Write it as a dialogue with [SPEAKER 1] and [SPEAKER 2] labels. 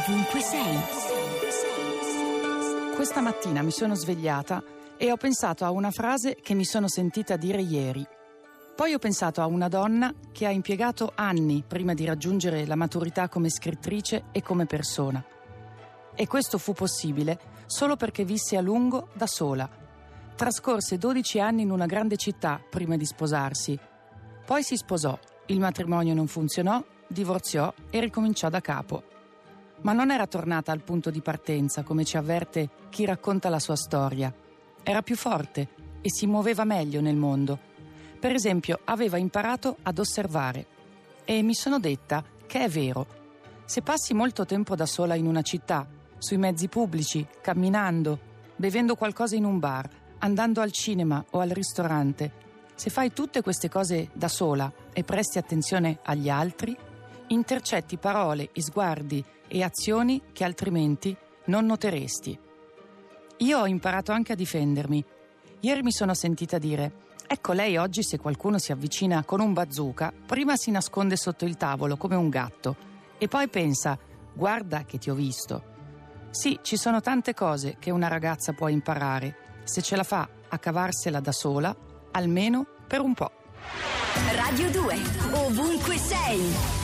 [SPEAKER 1] ovunque sei.
[SPEAKER 2] Questa mattina mi sono svegliata e ho pensato a una frase che mi sono sentita dire ieri. Poi ho pensato a una donna che ha impiegato anni prima di raggiungere la maturità come scrittrice e come persona. E questo fu possibile solo perché visse a lungo da sola. Trascorse 12 anni in una grande città prima di sposarsi. Poi si sposò, il matrimonio non funzionò, divorziò e ricominciò da capo. Ma non era tornata al punto di partenza, come ci avverte chi racconta la sua storia. Era più forte e si muoveva meglio nel mondo. Per esempio, aveva imparato ad osservare. E mi sono detta che è vero. Se passi molto tempo da sola in una città, sui mezzi pubblici, camminando, bevendo qualcosa in un bar, andando al cinema o al ristorante, se fai tutte queste cose da sola e presti attenzione agli altri, intercetti parole, sguardi e azioni che altrimenti non noteresti. Io ho imparato anche a difendermi. Ieri mi sono sentita dire: ecco, lei oggi se qualcuno si avvicina con un bazooka, prima si nasconde sotto il tavolo come un gatto e poi pensa: guarda che ti ho visto. Sì, ci sono tante cose che una ragazza può imparare, se ce la fa a cavarsela da sola, almeno per un po'.
[SPEAKER 1] Radio 2, ovunque sei.